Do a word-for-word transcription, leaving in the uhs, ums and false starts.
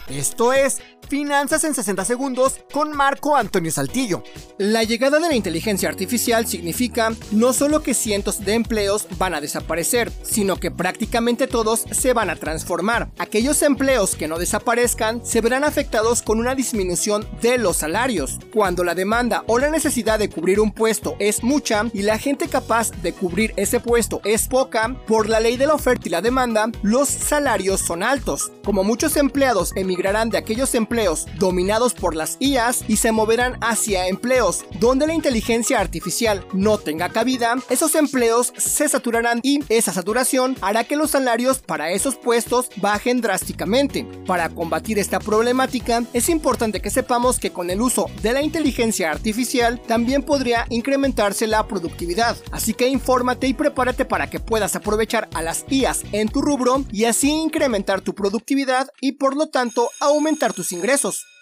Esto es Finanzas en sesenta segundos con Marco Antonio Saltillo. La llegada de la inteligencia artificial significa no solo que cientos de empleos van a desaparecer, sino que prácticamente todos se van a transformar. Aquellos empleos que no desaparezcan se verán afectados con una disminución de los salarios. Cuando la demanda o la necesidad de cubrir un puesto es mucha y la gente capaz de cubrir ese puesto es poca, por la ley de la oferta y la demanda, los salarios son altos. Como muchos empleados emigrarán de aquellos empleos dominados por las I As y se moverán hacia empleos donde la inteligencia artificial no tenga cabida, esos empleos se saturarán y esa saturación hará que los salarios para esos puestos bajen drásticamente. Para combatir esta problemática, es importante que sepamos que con el uso de la inteligencia artificial también podría incrementarse la productividad. Así que infórmate y prepárate para que puedas aprovechar a las I As en tu rubro y así incrementar tu productividad y por lo tanto aumentar tus ingresos.